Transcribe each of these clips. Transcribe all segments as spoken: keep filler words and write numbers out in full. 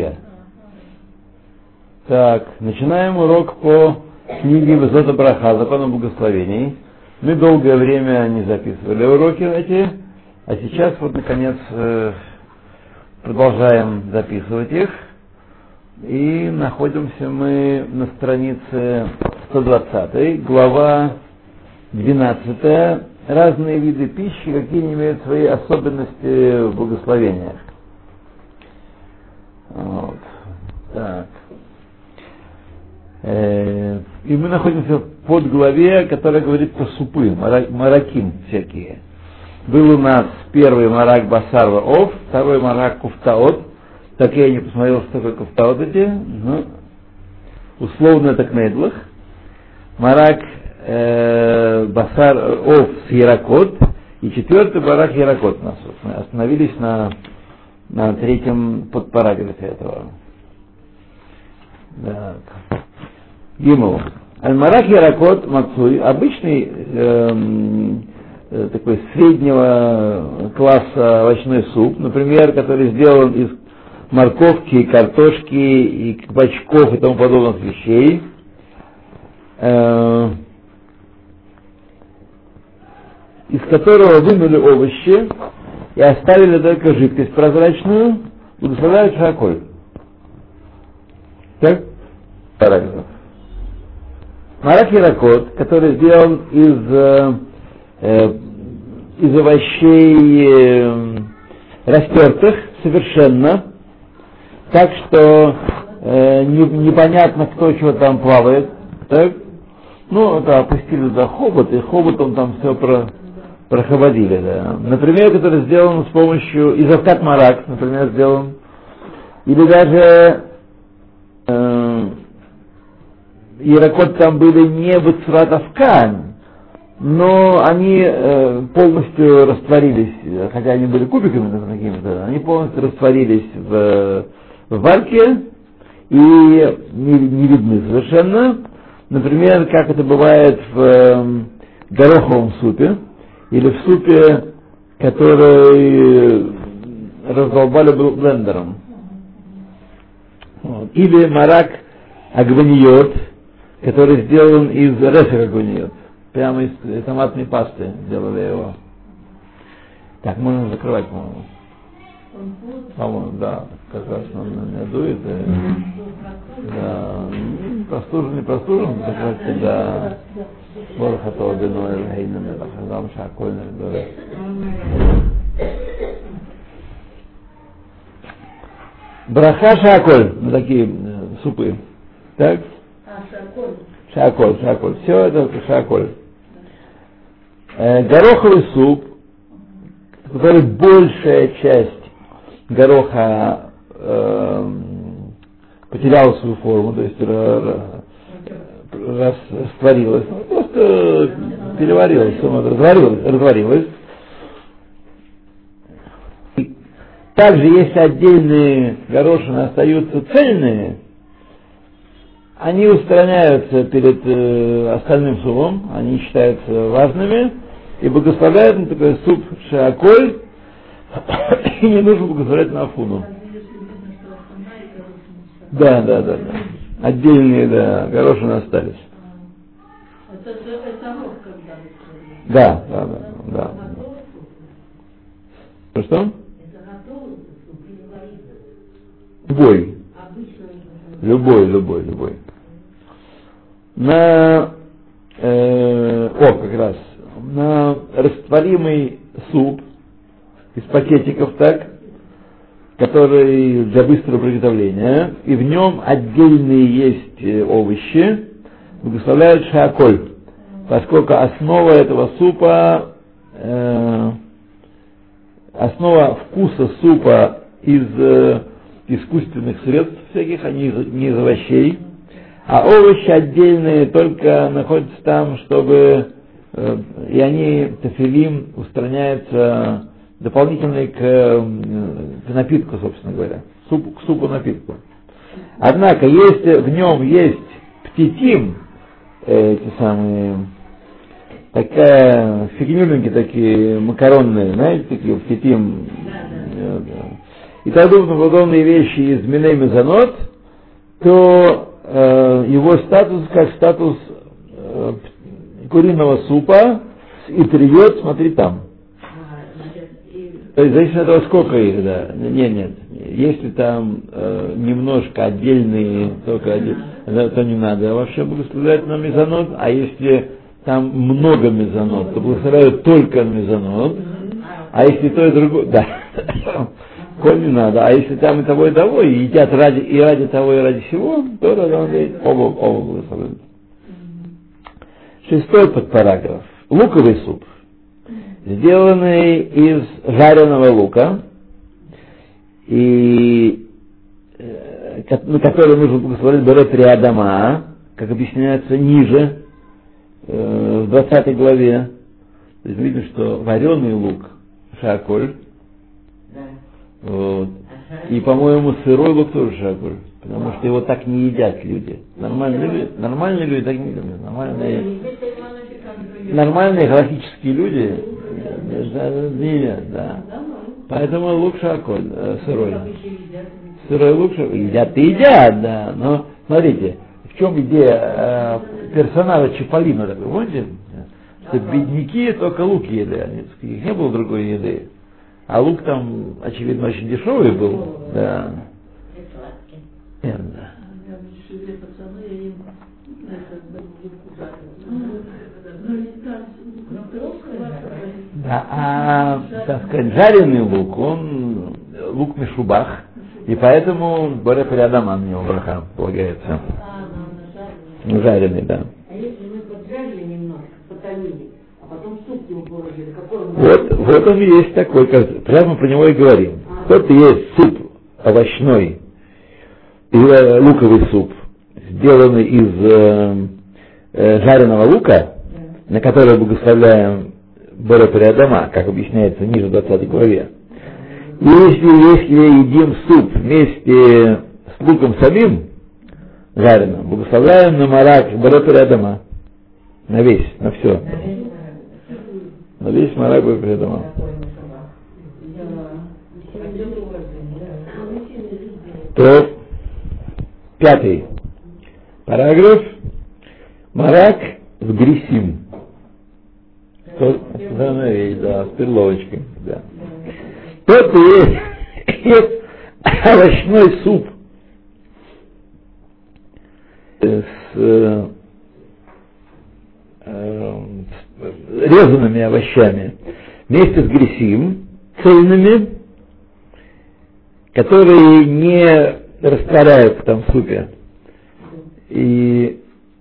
уроке. Так, начинаем урок по книге Везот Браха, Закон о благословении. Мы долгое время не записывали уроки эти, а сейчас вот наконец продолжаем записывать их. И находимся мы на странице сто двадцатой, глава двенадцатая. Разные виды пищи, какие не имеют свои особенности в благословениях. Вот. Так. И мы находимся под главе, которая говорит про супы, мараким всякие. Был у нас первый марак басар ов, второй марак куфтаот. Так я не посмотрел, что такое куфтаот эти. Ну, условно это кнедлах. Марак э, басар ов с яракот. И четвертый марак яракот у нас. Мы остановились на, на третьем подпараграфе этого. Так. Гимл. Аль-марак яракот мацуй, обычный эм, э, такой среднего класса овощной суп, например, который сделан из морковки, картошки, и кабачков и тому подобных вещей. Э, из которого вынули овощи и оставили только жидкость прозрачную, благословляют шаколь. Так? Параграф. Марак яракот, который сделан из, э, из овощей э, растертых совершенно, так что э, не, непонятно, кто чего там плавает. Так? Ну, это опустили туда хобот, и хоботом там все про, прохободили. Да. Например, который сделан с помощью, из авкат марак, например, сделан, или даже э, яракот там были не бацурат авкан, но они э, полностью растворились, хотя они были кубиками какими-то, они полностью растворились в, в варке и не, не видны совершенно. Например, как это бывает в э, гороховом супе, или в супе, который раздолбали блендером. Вот. Или марак агваниот, который сделан из ресер агваниот. Прямо из томатной пасты сделали его. Так, можно закрывать, по-моему. По-моему, да, как раз он на меня дует. И, да, простужен, не простужен, как раз когда Борхатова Беноэль Хейнен Элахазам Шакольнер говорит. Браха шаколь, ну, такие э, супы. Так? А, шаколь. Шаколь, шаколь. Все это шаколь. Э, гороховый суп, который большая часть гороха э, потеряла свою форму, то есть растворилась, просто переварилась, разварилась, разварилась. Также, если отдельные горошины остаются цельные, они устраняются перед э, остальным супом, они считаются важными, и благословляют на такой суп шаколь, и не нужно благословлять на афуну. Да, да, да, да. Отдельные, да, горошины остались. Это, это рог, когда вы Да, да, да, да. Что? Что? Любой. Любой, любой, любой. На, э, о, как раз, на растворимый суп из пакетиков, так, который для быстрого приготовления, и в нем отдельные есть овощи, благословляют шаколь, поскольку основа этого супа, э, основа вкуса супа из э, искусственных средств всяких, они не из овощей, а овощи отдельные только находятся там, чтобы э, и они, тафилим, устраняются дополнительные к, к напитку, собственно говоря, суп, к супу напитку. Однако, если в нем есть птитим, эти самые, такая фигнюленькие такие макаронные, знаете, такие птитим, и так думают подобные вещи из Миней Мезонот, то э, его статус как статус э, куриного супа и триот, смотри там. То есть зависит от того, сколько их, да. Нет, нет. Если там э, немножко отдельные, только один, то не надо вообще благословлять на мезонот, а если там много мезонот, то благословляют только на мезонот, а если то и другое, да, коль не надо, а если там и того, и того, и едят ради, и ради того, и ради всего, то тогда надо оба, оба благословляют. Шестой подпараграф. Луковый суп, сделанный из жареного лука, и на который нужно благословить Боре При Адама, как объясняется ниже, в двадцатой главе. То есть видно, что вареный лук шаколь, да. Вот. И, по-моему, сырой лук тоже шаколь, потому что его так не едят люди. Нормальные люди, нормальные люди так не едят. Нормальные, нормальные галактические люди не едят, да. Поэтому лук шаколь, сырой. Сырой лук шаколь, едят и едят, да. Но смотрите, в чем идея персонажа Чиполлино, такой, помните? Что бедняки только лук ели, у них не было другой еды. А лук там, очевидно, очень дешевый был. Да. Верно. Да, а, так сказать, жареный лук, он лук мешубах, и поэтому Боре При Адама на него браха полагается. Жареный, да. А если мы поджарили немножко, потомили, а потом суп ему положили, какой он... Вот, вот он есть такой, как, прямо про него и говорим. А. Вот и есть суп овощной, или луковый суп, сделанный из э, э, жареного лука, да. На который благословляем Боре При Адама, как объясняется ниже в двадцатой главе. И если, если едим суп вместе с луком самим, жареным, благословляем на марак Боре При Адама, на весь, на все. На весь марак Боре При Адама. То пятый параграф. Марак с грисим. Да, вещь, да, с перловочкой, да. Тот есть овощной суп с, э, э, с резанными овощами вместе с грисим, цельными, которые не растворяются там в супе. И,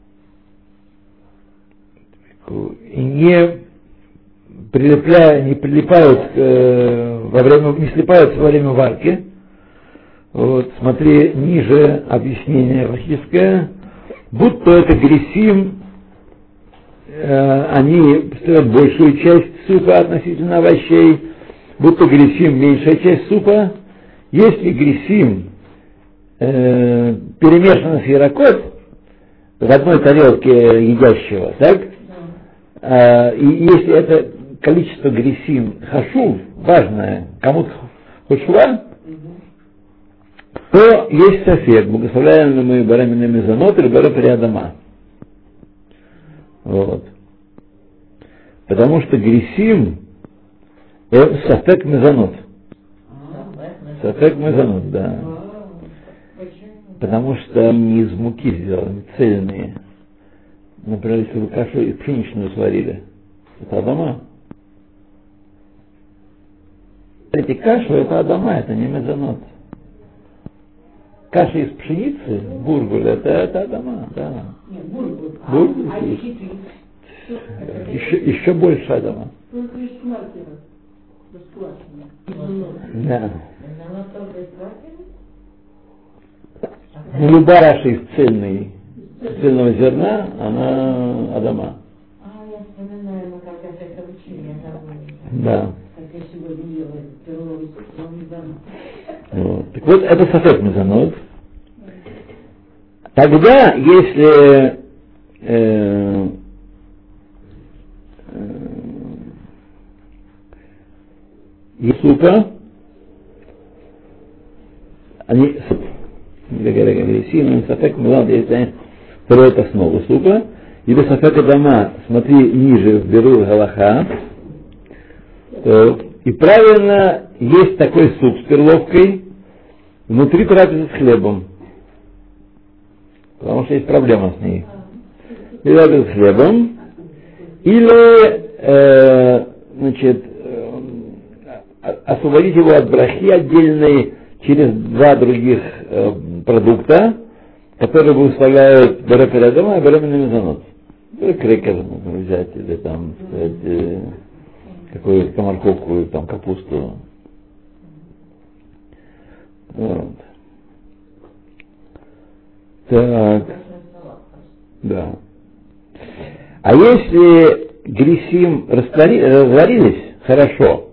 и не прилепляют, не прилипают э, во время, не слипаются во время варки. Вот, смотри, ниже объяснение логическое, будто это грисим, э, они представляют большую часть супа относительно овощей, будто грисим меньшая часть супа. Если грисим э, перемешан с ярокот в одной тарелке едящего, так? Э, и если это количество грисим хашув, важное, кому-то хошува, то есть софет, благословляем ли мы Боре Мезонот или Боре При Адама. Вот. Потому что грисим это софет мезонот. Софет мезонот, да. Потому что они не из муки сделаны, цельные. Например, если вы кашу из пшеничную сварили, это Адама. Эти кашу это Адама, это не мезонот. Каша из пшеницы, бургуль, это, это Адама, да. Нет, бургуль. Бургуль а, есть. А еще, еще больше Адама. Только из квартира. Да. Ну, любая каша из цельной, цельного зерна, она Адама. А, я вспоминаю, мы как раз это учили, я забыла. Да. Как я сегодня ела перловый суп, но не знаю. Вот. Так вот, это софет мезонот. Тогда, если э, э, есть супа, они, грисим, сафек, если строят основу супа, или сафек дома, смотри ниже, в беру галаха, и правильно есть такой суп с перловкой внутри трапезы с хлебом, потому что есть проблема с ней. Или трапеза с хлебом, или э, значит, э, освободить его от брахи отдельной через два других э, продукта, которые выставляют бере перед дома и бере мезонот. Крекер можно взять, или там, сказать, э, какую-то морковку, или там капусту. Вот. Так. Да. А если грисим раствори, разварились, хорошо.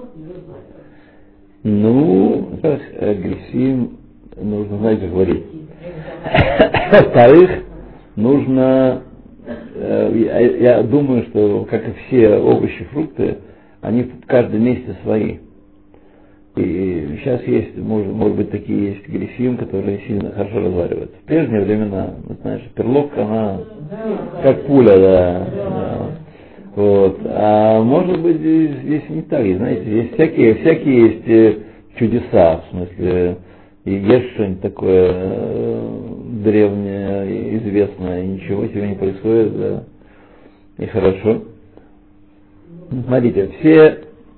Ну, грисим нужно знать, как варить. Во-вторых, нужно, я, я думаю, что, как и все овощи, фрукты, они в каждом месте свои. И сейчас есть, может, может быть, такие есть грисим, которые сильно хорошо развариваются. В прежние времена, ну, знаешь, перловка, она как пуля, да. да. Вот. А может быть, здесь, здесь не так, знаете, есть всякие, всякие есть чудеса, в смысле, и есть что-нибудь такое э, древнее, известное, и ничего себе не происходит, да. И хорошо. Смотрите, все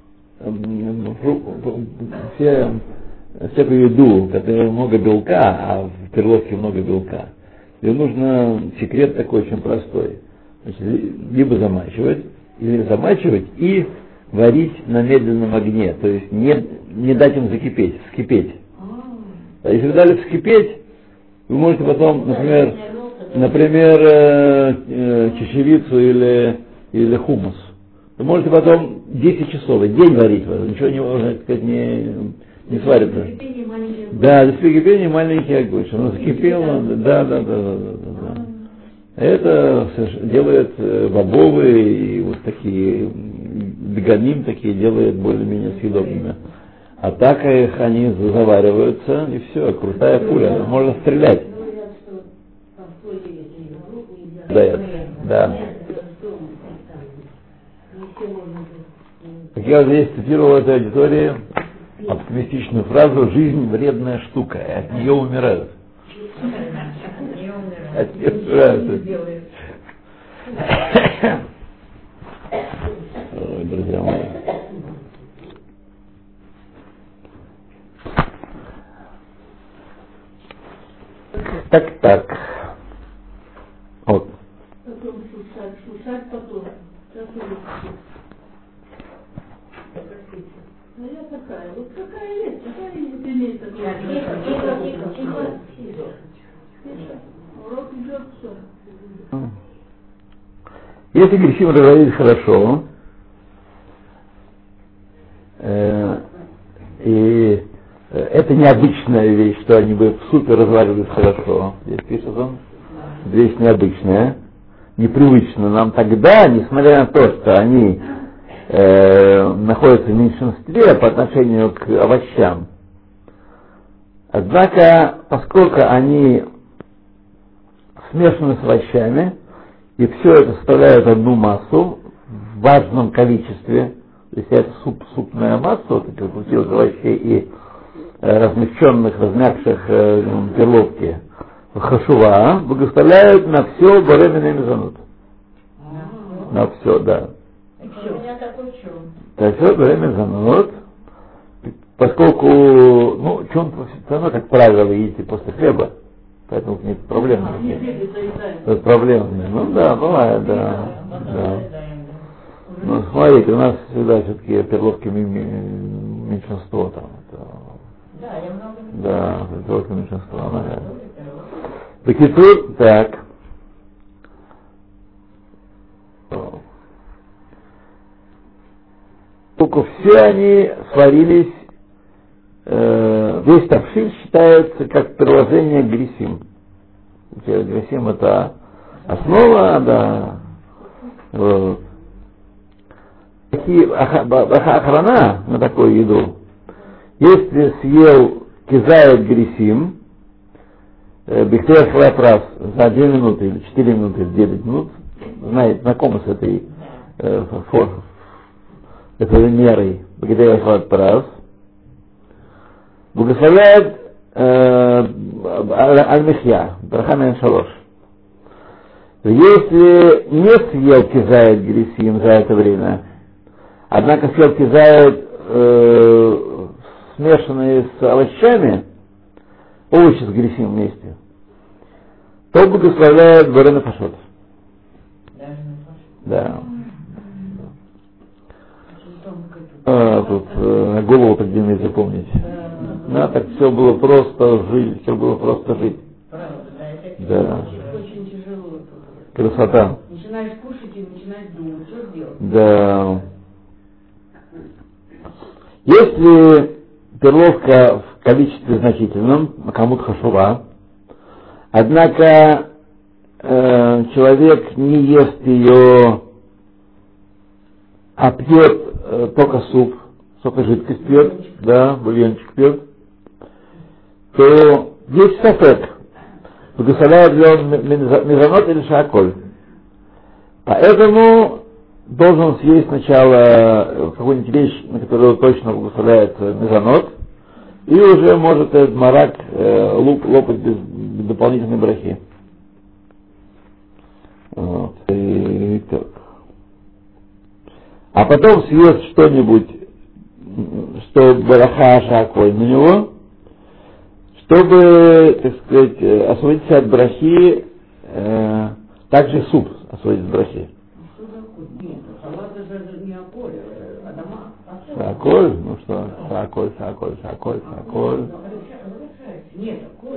все, всякую еду, в которой много белка, а в перловке много белка, и нужно, секрет такой очень простой. Значит, либо замачивать, или замачивать и варить на медленном огне, то есть не, не дать им закипеть, вскипеть. А если вы дали вскипеть, вы можете потом, например, например э, э, чечевицу или, или хумус. Вы можете потом десять часов, день варить, ничего не, можно сказать, не, не сварится. Да, до кипения маленький огонь, чтобы оно закипело, да, да, да, да, да, да. Это делает бобовые и вот такие, беганим такие делают более-менее съедобными. А так их они завариваются, и все, крутая пуля, можно стрелять. Да, да. Как я здесь цитировал в этой аудитории оптимистичную фразу: «Жизнь вредная штука, и от нее умирают». От нее умирают. Ой, друзья мои. Так, так. Вот. Ну я такая, вот какая есть, какая есть имеет такое. Тихо, тихо, тихо, тихо, тихо. Урок идет, все. Если грисим разварились хорошо, э, и это необычная вещь, что они бы в супе разваривались хорошо, здесь пишет он, вещь необычная, непривычная нам тогда, несмотря на то, что они Э, находятся в меньшинстве по отношению к овощам. Однако, поскольку они смешаны с овощами, и все это составляет одну массу в важном количестве, то есть это суп, супная масса, вот этих бутылок овощей и э, размягченных, размягших э, перловки, хашува, благословляют на все боремя мезонот. На все, да. Так все время занот, поскольку, ну, чем все равно, как правило, едите после хлеба, поэтому нет проблем. Это проблем. Ну да, бывает, да. да. Ну, смотрите, у нас всегда все-таки перловки меньшинство там. Это, да, перловки меньшинство, наверное. Бакитур, так. Поскольку все они сварились, э, весь тавшин считается как приложение грисим. Грисим это основа, да. Вот. Охрана на такую еду, если съел кизает грисим, бихтея хлапрас за две минуты, или четыре минуты, или девять минут, знаете, знакомы с этой э, фор, этой мерой, бихтея хлапрас, благословляет аль-михья, браха шалош. Если не съел кизает грисим за это время, однако съел кизает э, смешанные с овощами, овощи с грисим вместе, то благословляет барена фашот. Да. А, тут э, голову поднимать запомнить. Да, так все было просто жить, все было просто жить. Да. Очень тяжело. Красота. Начинаешь кушать и начинаешь думать, что сделать. Да. Если перловка в количестве значительном, камут хашува, однако э, человек не ест ее, а пьет э, только суп, только жидкость пьет, да, бульончик пьет, то есть сафек, благословляет ли он мезонот или шааколь. Поэтому должен съесть сначала какую-нибудь вещь, на которую точно благословляет мезонот, и уже может этот марак э, луп, лопать без, без дополнительной брахи. Вот. И, так. А потом съест что-нибудь, что браха шааколь на него, чтобы, так сказать, освободиться от брахи, э, также суп освободить от брахи. Нет, салат это не аколь, а дома. Шааколь? Ну что, шааколь, шааколь, шааколь, шааколь. Нет, аколь.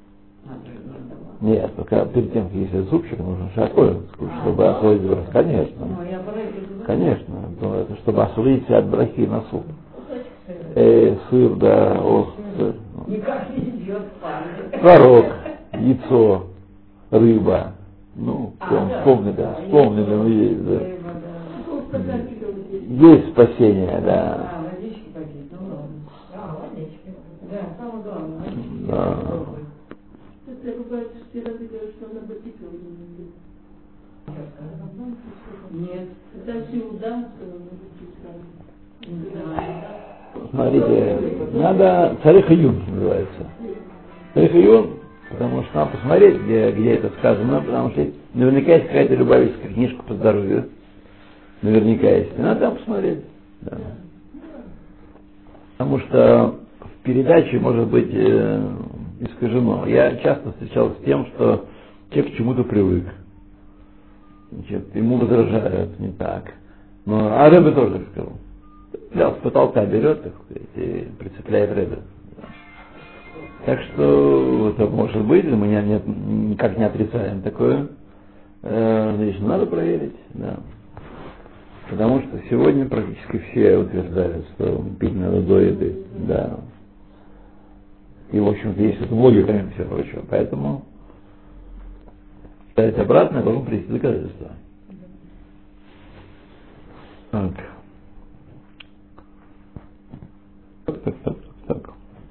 Нет, пока перед тем, как есть супчик, нужно шааколь, чтобы освободить брахи. Конечно. Конечно, это чтобы освободиться от брахи на суп. Э, сыр, да, ох, сыр. Никак не идет Творог, яйцо, рыба. Ну, а, вспомнили, да, да, вспомнили, мы есть, да. Есть спасение, да. А, водички попить, ну ладно. А, водички. Да, самое главное, водички. Да. Это бывает, что ты говоришь, что она попитала. Нет. Это всегда, что она Смотрите, надо царих июн называется. Царих июн, потому что надо посмотреть, где, где это сказано, потому что наверняка есть какая-то любавическая книжка по здоровью. Наверняка есть. И надо там посмотреть. Да. Потому что в передаче может быть э, искажено. Я часто встречался с тем, что человек к чему-то привык. Значит, ему возражают не так. Но, а Ребе тоже сказал. Взял с потолка, берет, так сказать, и прицепляет Ребе. Так что это может быть, мы не, не, никак не отрицаем такое. Э, значит, надо проверить, да. Потому что сегодня практически все утверждают, что пить надо до еды, да. И, в общем-то, есть это логика, кроме всего прочего. Поэтому сказать обратно, должен прийти доказательства. Так. Так, так, так, так.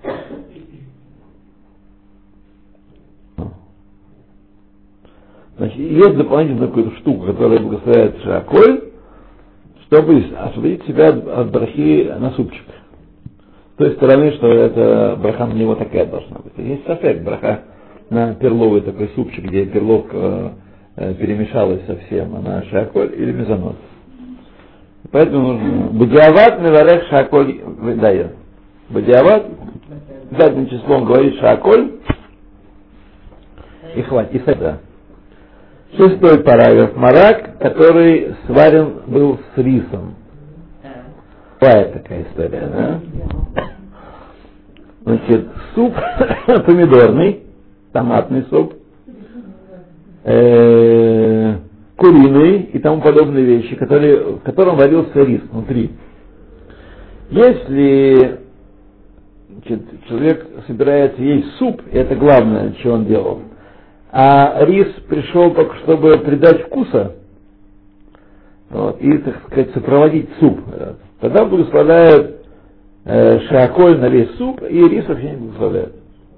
Значит, есть дополнительная какая-то штука, которая благословляет шааколь, чтобы освободить себя от, от брахи на супчик. С той стороны, что это браха на него такая должна быть. Есть сафек, браха на перловый такой супчик, где перловка э, перемешалась совсем, она шааколь или мезонот. Поэтому нужно бадиават меварех шааколь выдает. Бадиават задним числом говорит шааколь и хватит. И да. Шестой параграф. Марак, который сварен был с рисом. Бывает такая история, да? Значит, суп помидорный, томатный суп, э, куриный и тому подобные вещи, которые, в котором варился рис внутри. Если значит, человек собирается есть суп, и это главное, что он делал, а рис пришел только чтобы придать вкуса, вот, и, так сказать, сопроводить суп, тогда благословляют э, шаколь на весь суп, и рис вообще не благословляет.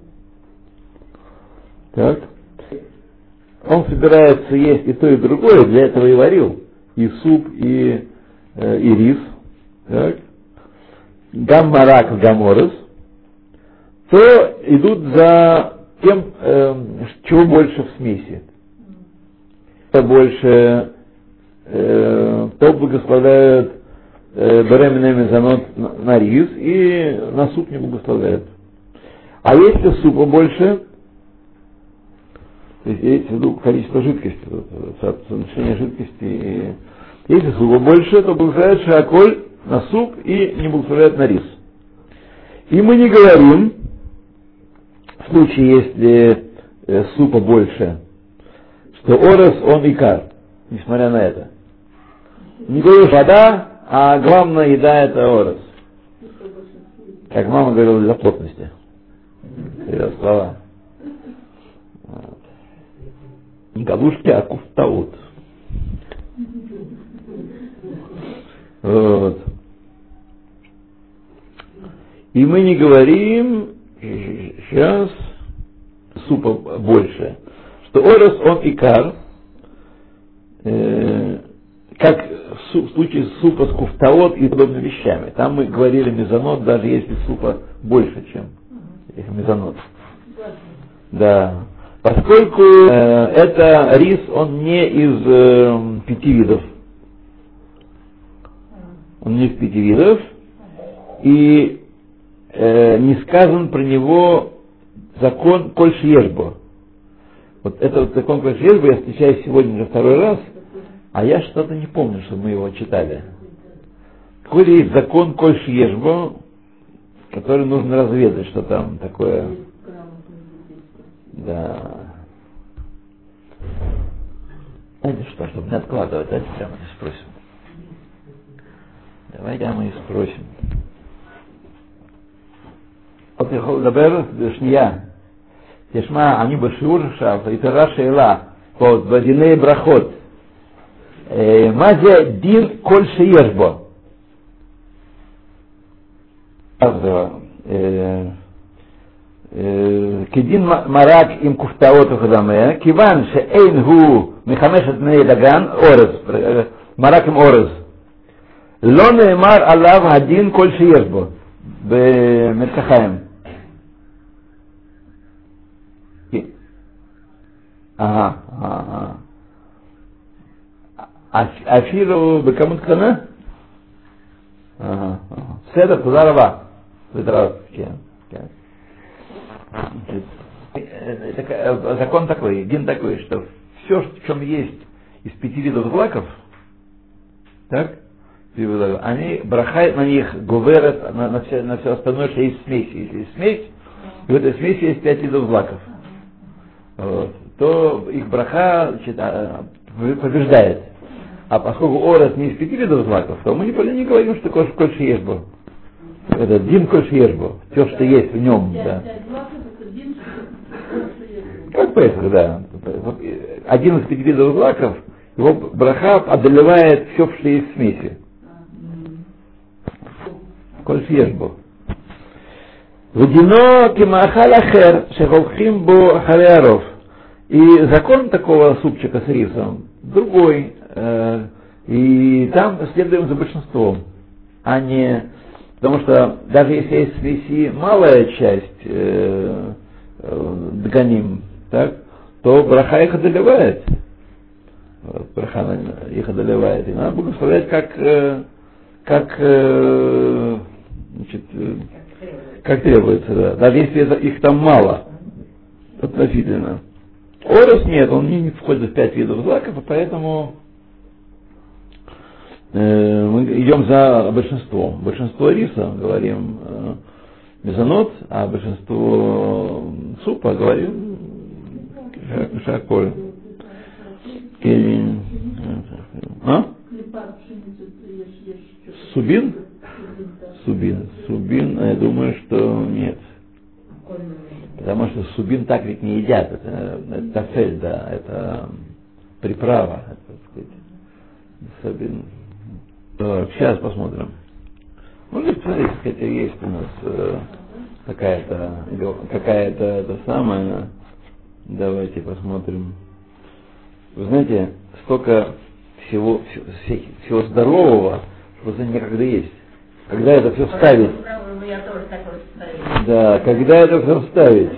Так. Он собирается есть и то, и другое, для этого и варил. И суп, и, э, и рис. Так. Гам марак, гам орес. То идут за тем, э, чего больше в смеси. То больше, э, то благословляют э, беременными занот на, на рис, и на суп не благословляют. А если супа больше, то есть есть в виду количество жидкости, соотношение жидкости, и если супа больше, то благословляют шаколь на суп и не благословляют на рис. И мы не говорим, в случае, если э, супа больше, что орес он икар, несмотря на это. Не говоришь вода, а главная еда это орес. Как мама говорила для плотности. Ее слова. Вот. Не галушки, а куфтаут. Вот. И мы не говорим сейчас супа больше, что орес он икар, э, как в случае супа с куфтаот и подобными вещами. Там мы говорили мезонот, даже если супа больше, чем их мезонот. Да. Поскольку э, это рис, он не из э, пяти видов. Он не из пяти видов. И э, не сказан про него закон коль шиешбо. Вот это вот закон коль шиешбо я встречаю сегодня уже второй раз, а я что-то не помню, что мы его читали. Какой есть закон коль шиешбо, который нужно разведать, что там такое. Да. Знаете что, чтобы не откладывать, давайте прямо и спросим. Давайте прямо и спросим. Вот я хочу לדבר שנייה. תשמע, אני בשיעור עכשיו, התעוררה שאלה, פה, בדיני ברכות. מה זה דין כל שיש בו? אז כדין מרק עם כופתאות וכדומה, כיוון שאין הוא מחמשת בני דגן, אורז, מרק עם אורז, לא נאמר עליו הדין כל שיש בו, במרקחיים. אהה, אהה. אפילו בכמות קטנה? אהה, אהה. בסדר, תודה רבה. תודה, כן, כן. Закон такой, дин такой, что все, в чем есть из пяти видов злаков, так, они брахают на них, гуверят на, на, все, на все остальное, что есть смесь. Если есть смесь, и в этой смеси есть пять видов злаков, вот, то их браха значит, побеждает. А поскольку орес не из пяти видов злаков, то мы не, не говорим, что коль шиешбо. Это дин коль шиешбо, все, что есть в нем, да. Как Песах, да. Один из пяти видов злаков, его браха одолевает все, что есть в смеси. Коль шиешбо. Вдино кимахал ахер, шехолхим бо халяров. И закон такого супчика с рисом другой. Э, и там следуем за большинством, а не... Потому что даже если есть в смеси малая часть э, э, дганим, так, то браха их одолевает. Вот, браха их одолевает. И надо благословлять как, э, как, э, значит, э, как требуется. Да. Даже если их там мало относительно. Орес нет, он не входит в пять видов злаков, и поэтому э, мы идем за большинством. Большинство риса говорим э, мезонот, а большинство супа говорим шаколь. А? Субин? Субин. Субин, я думаю, что нет. Потому что субин так ведь не едят, это, это тафель, да, это приправа, это, так сказать, субин. Так, сейчас посмотрим. Может, смотрите, хотя есть у нас э, какая-то, какая-то это самое, давайте посмотрим. Вы знаете, столько всего, всего, всего здорового, что это некогда есть. Когда это все вставить? Да, когда это все вставить?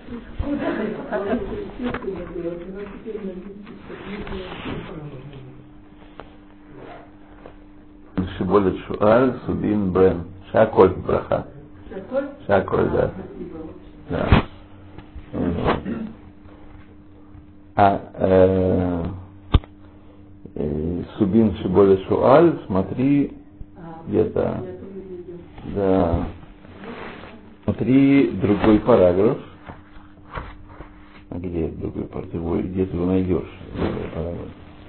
Шиболет Шуаль, Субин Брен. Шаколь браха. Шаколь, да. Да. А э, э, Субин Шиболет Шуаль, смотри, где-то, да, смотри другой параграф. А где другой параграф? Где ты его найдешь? Другой параграф.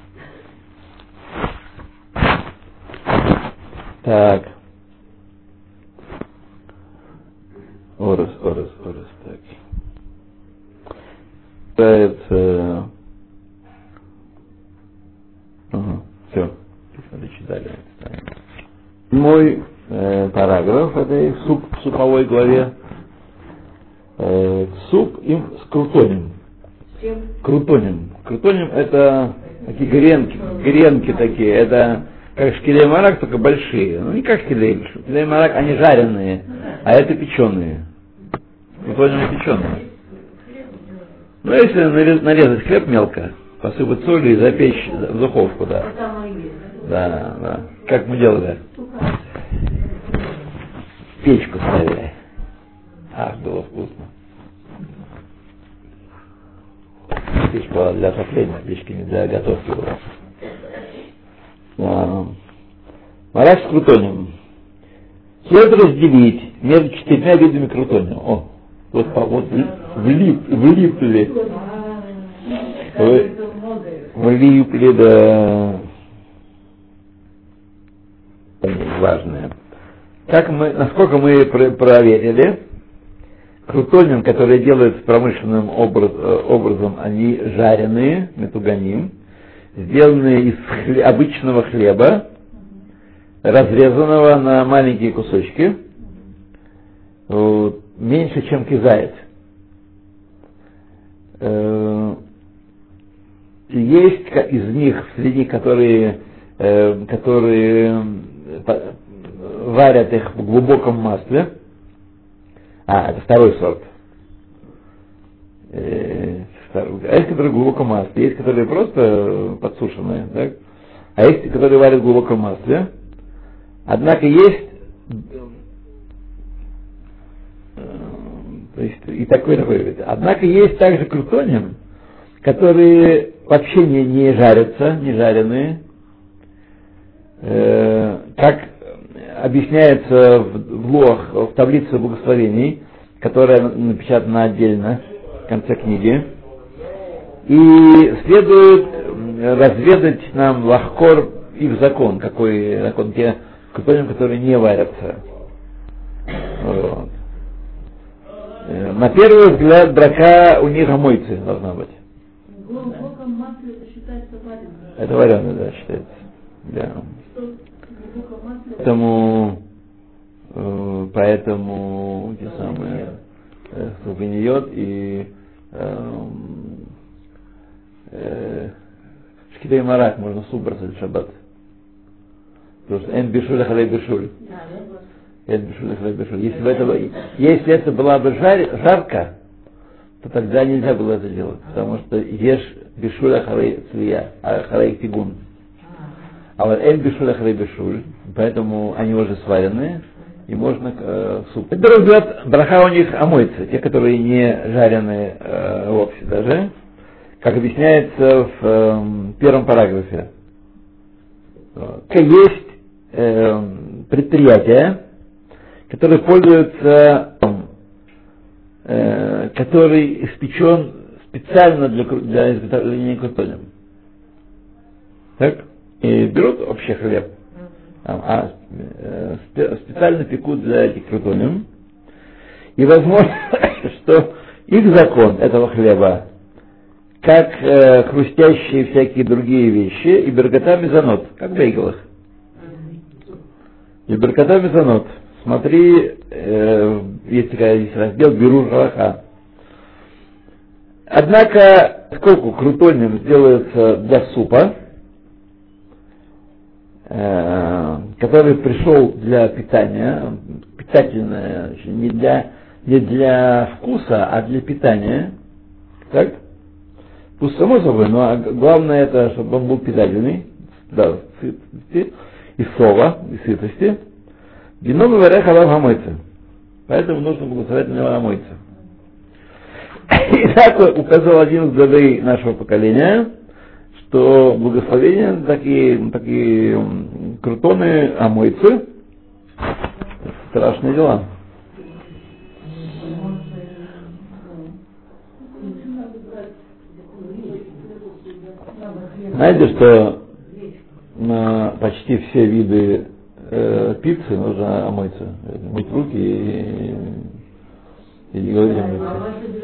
Так. Орос, орос, орос, так. Это... Ага, все. Смотри, читали. Мой э, параграф этой суп, суповой главе. Э, суп им с крутонем. Крутонем. Крутонем это такие гренки, гренки такие. Это как шкилей марак, только большие. Ну не как шкилей. Шкилей марак, они жареные, а это печеные. Крутонем печеные. Ну если нарезать хлеб мелко, посыпать солью и запечь в духовку, да. Да, да. Как мы делали? Печку ставили. Ах, было вкусно. Печка была для отопления, печки не для готовки была. Да. Марак с крутонем. Следует разделить между четырьмя видами крутония. О, вот, вот влип, влипли. Вы, влипли, да. Важное. Как мы, насколько мы проверили, крутонин, который делают промышленным образ, образом, они жареные, метуганим, сделанные из хле, обычного хлеба, разрезанного на маленькие кусочки, меньше, чем кизает. Есть из них, среди которые, которые варят их в глубоком масле. А, это второй сорт. Э, второй. А есть, которые в глубоком масле, есть, которые просто подсушенные, так? А есть, которые варят в глубоком масле. Однако есть, э, то есть и такой, такой. Однако есть также крутоним, которые вообще не, не жарятся, не жареные, э, как объясняется в лох, в таблице благословений, которая напечатана отдельно в конце книги. И следует разведать нам лахкор их закон, какой закон, те крутоним, которые не варятся. Вот. На первый взгляд брака у них омойцы должна быть. В глубоком масле это считается вареным. Это вареное, да, считается. Да. Поэтому, э, поэтому те самые э, субиньот и э, э, шкидей марак можно суп бросать в шаббат. Потому что эн бишуль халей бишуль. Эн бишуль халей бишуль. Если бы это было, если это была бы жар, жарко, то тогда нельзя было это делать, потому что ешь бишуль халей цвия, халей фигун. А вот эль бишуль ахрей бишуль, поэтому они уже сваренные, и можно э, суп. Это разлет, браха у них омоется, те, которые не жареные э, вовсе даже, как объясняется в э, первом параграфе. Есть э, предприятия, которые пользуются, э, который испечен специально для, для изготовления крутоним. Так? И берут общий хлеб, а специально пекут для этих крутоним. И возможно, что их закон этого хлеба, как э, хрустящие всякие другие вещи, и беркота мезонот, как в бейглах. И беркота мезонот. смотри, э, есть такой есть раздел Бирур Галаха. Однако, поскольку крутоним делается для супа, э, который пришел для питания, питательное, не для, не для вкуса, а для питания, так? Пусть само собой, но главное это, чтобы он был питательный, да, сытости, и сова, и сытости. Геном и варех алав омыться. Поэтому нужно благословить на него омыться. И так указал один из главей нашего поколения, что благословение, такие, такие крутоны омыться, страшные дела. Знаете, что на почти все виды э, пиццы нужно омыться, мыть руки и, и не говорить о мыться.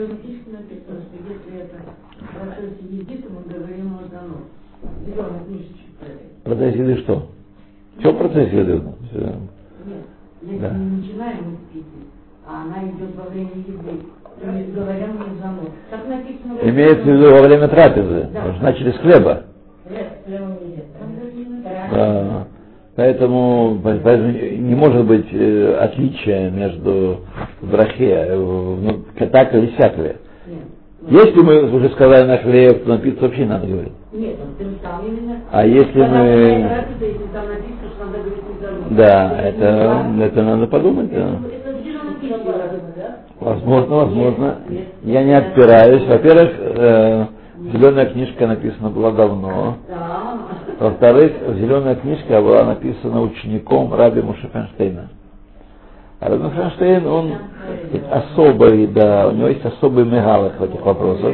Процесс еды что? Что процесс еды? Нет, если да. мы начинаем из пиццы, а она идет во время еды, то говоря мы занос. Так написано. Имеется в виду во время трапезы, да. Начали с хлеба. Да. Поэтому, поэтому не может быть э, отличия между брахе, э, так или сяк ли. Если мы уже сказали на хлеб, то на пиццу вообще не надо говорить. Нет, он там именно. А если мы... Трапеза, если там написано, что надо говорить не занос. Да, это, это надо подумать, да. Это зеленый, да? Возможно, возможно. Я не отпираюсь. Во-первых, э, зеленая книжка написана была давно. Во-вторых, зеленая книжка была написана учеником Раби Моше Файнштейна. А Раби Моше Файнштейн, он особый, да, у него есть особый мегалах в этих вопросах.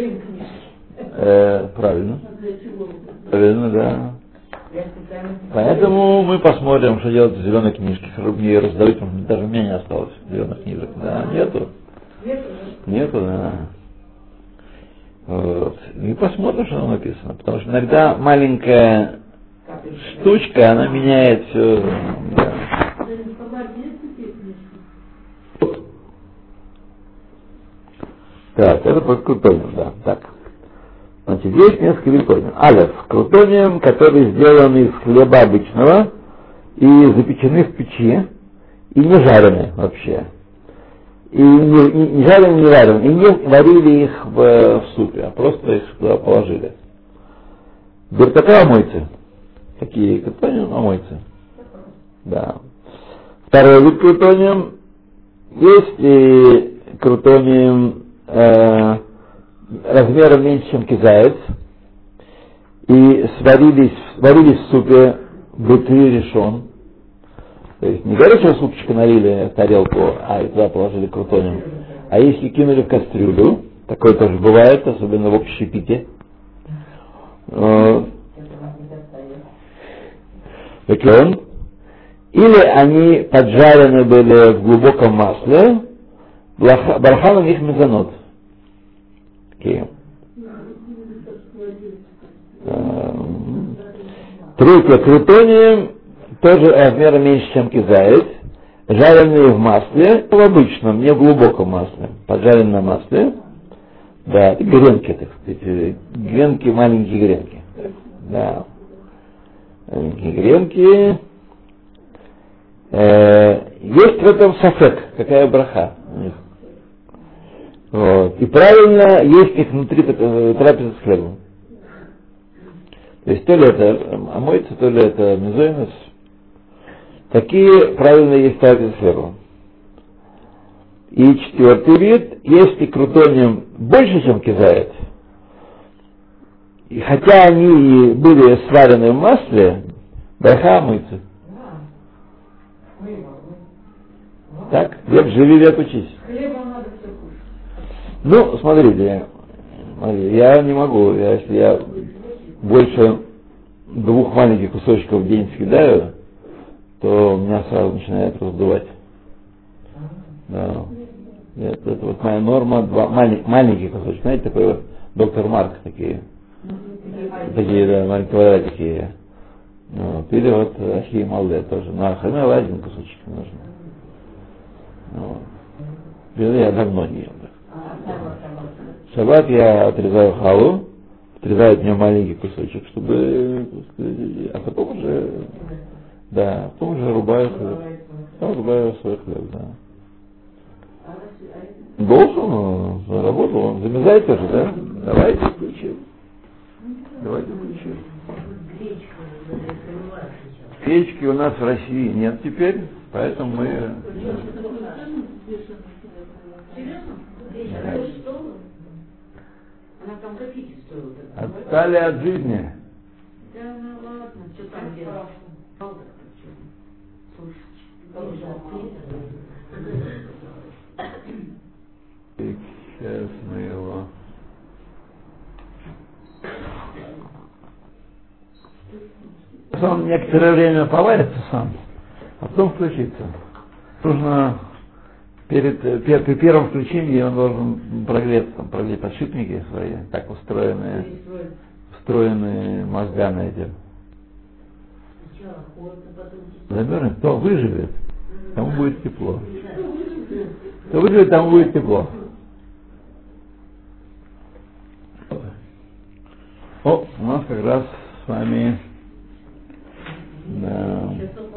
Э, правильно. Правильно, да. Поэтому мы посмотрим, что делать с зеленой книжкой, чтобы мне ее раздавить, потому что даже у меня не осталось зеленых книжек. Да, нету. Нету, да. Вот. И посмотрим, что там написано. Потому что иногда маленькая штучка, она меняет все. Да. Так, это под крутонием, да. Так. Значит, есть несколько видов крутонием. Алеф. Крутонием, который сделан из хлеба обычного и запечены в печи, и не жарены вообще. И не, не, не жарены, не варены. И не варили их в, в супе, а просто их туда положили. Берката омойцы. Такие крутонием омойцы. Да. Второй вид крутонием. Есть и крутонием э, размером меньше, чем кизаец, и сварились, сварились в супе бытри решен. То есть не горячего супчика налили в тарелку, а и туда положили крутонием, а если кинули в кастрюлю, такое тоже бывает, особенно в общепите, решен, или они поджарены были в глубоком масле, браха на них мезонот. Третье, крутонием, тоже размером меньше, чем кизаец, жареные в масле, в обычном, не в глубоком масле, поджарены на масле, да, гренки, так сказать, гренки, маленькие гренки, да, маленькие гренки, э, есть в этом сафек, какая браха у них. Вот. И правильно есть их внутри трапезы с хлебом. То есть то ли это омоется, то ли это мезоймес. Такие правильно есть трапезы с хлебом. И четвертый вид, если крутонием больше, чем кизаец, и хотя они были сварены в масле, браха омыться. Так, век живи, век учись. Ну, смотрите, я не могу, я, если я больше двух маленьких кусочков в день съедаю, то меня сразу начинает раздувать. Да. Это, это вот моя норма, два малень, маленькие кусочки, знаете, такой вот доктор Марк, такие, такие, да, маленькие квадратики. Вот. Или вот Ахи Малде тоже. На Ахаме один кусочек нужно. Вот. Я давно не ел. В шаббат я отрезаю халу, отрезаю от нее маленький кусочек, чтобы, а потом уже, да, потом уже рубаю хлеб. Потом рубаю свой хлеб, да. Должен, он заработал, он замерзает тоже, да? Давайте включим. Давайте включим. Печки у нас в России нет теперь, поэтому мы... Она там копейки стоила. Отстали от жизни. Да, ну ладно, что там делать? Сейчас мы его... Он некоторое время поварится сам, а потом включится. Нужно перед, пер, при первом включении он должен прогреться, там, прогреть подшипники свои, так устроенные, встроенные мозгами эти. Замерзнет, кто выживет, тому будет тепло. Кто выживет, тому будет тепло. О, у нас как раз с вами... Да.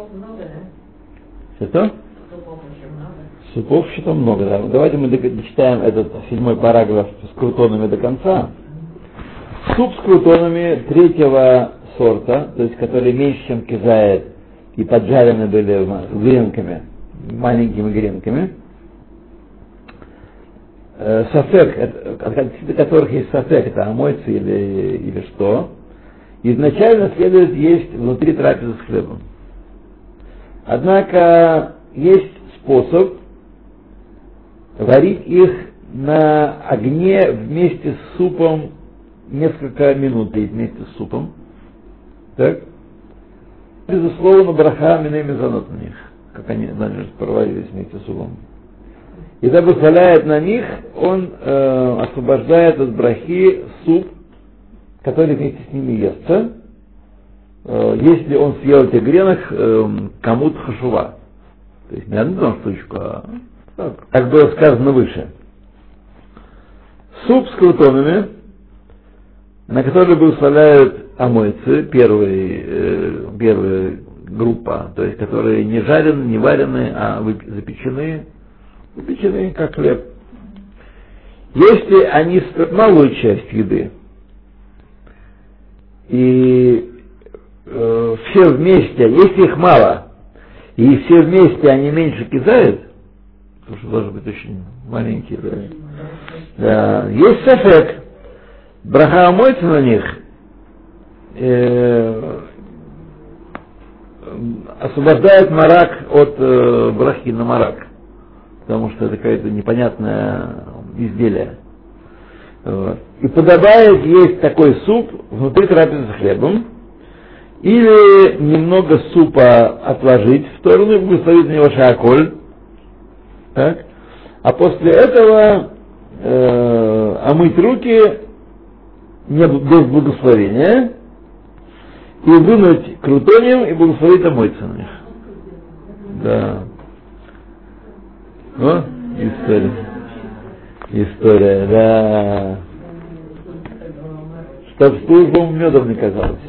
Что? Супов что-то много, да. Давайте мы дочитаем этот седьмой параграф с крутонами до конца. Суп с крутонами третьего сорта, то есть который меньше, чем кизает, и поджарены были гренками, маленькими гренками. Сафек, от которых есть сафек, это омойцы или, или что. Изначально следует есть внутри трапезы с хлебом. Однако есть способ варить их на огне вместе с супом несколько минут вместе с супом. Так? Безусловно, браха миней мезонот на них, как они значит, проварились вместе с супом. И да благословляет на них, он э, освобождает от брахи суп, который вместе с ними естся, э, если он съел этих гренок э, кому-то хашува. То есть не одну штучку, а так, как было сказано выше. Суп с крутонами, на который благословляют омойцы, первый, э, первая группа, то есть которые не жарены, не варены, а запечены, запечены как хлеб. Если они стоят малую часть еды, и э, все вместе, если их мало, и все вместе они меньше кидают, потому что должны быть очень маленькие, да, да. Есть сафек, браха омоется на них, э, освобождает марак от э, брахи на марак, потому что это какое-то непонятное изделие. Вот. И подобает есть такой суп внутри трапезы с хлебом, или немного супа отложить в сторону и благословить на него шааколь, так? А после этого э, омыть руки не, без благословения и вынуть крутонием и благословить омыться на них. Да. О, история. История, да. Чтоб службам медом не казалось.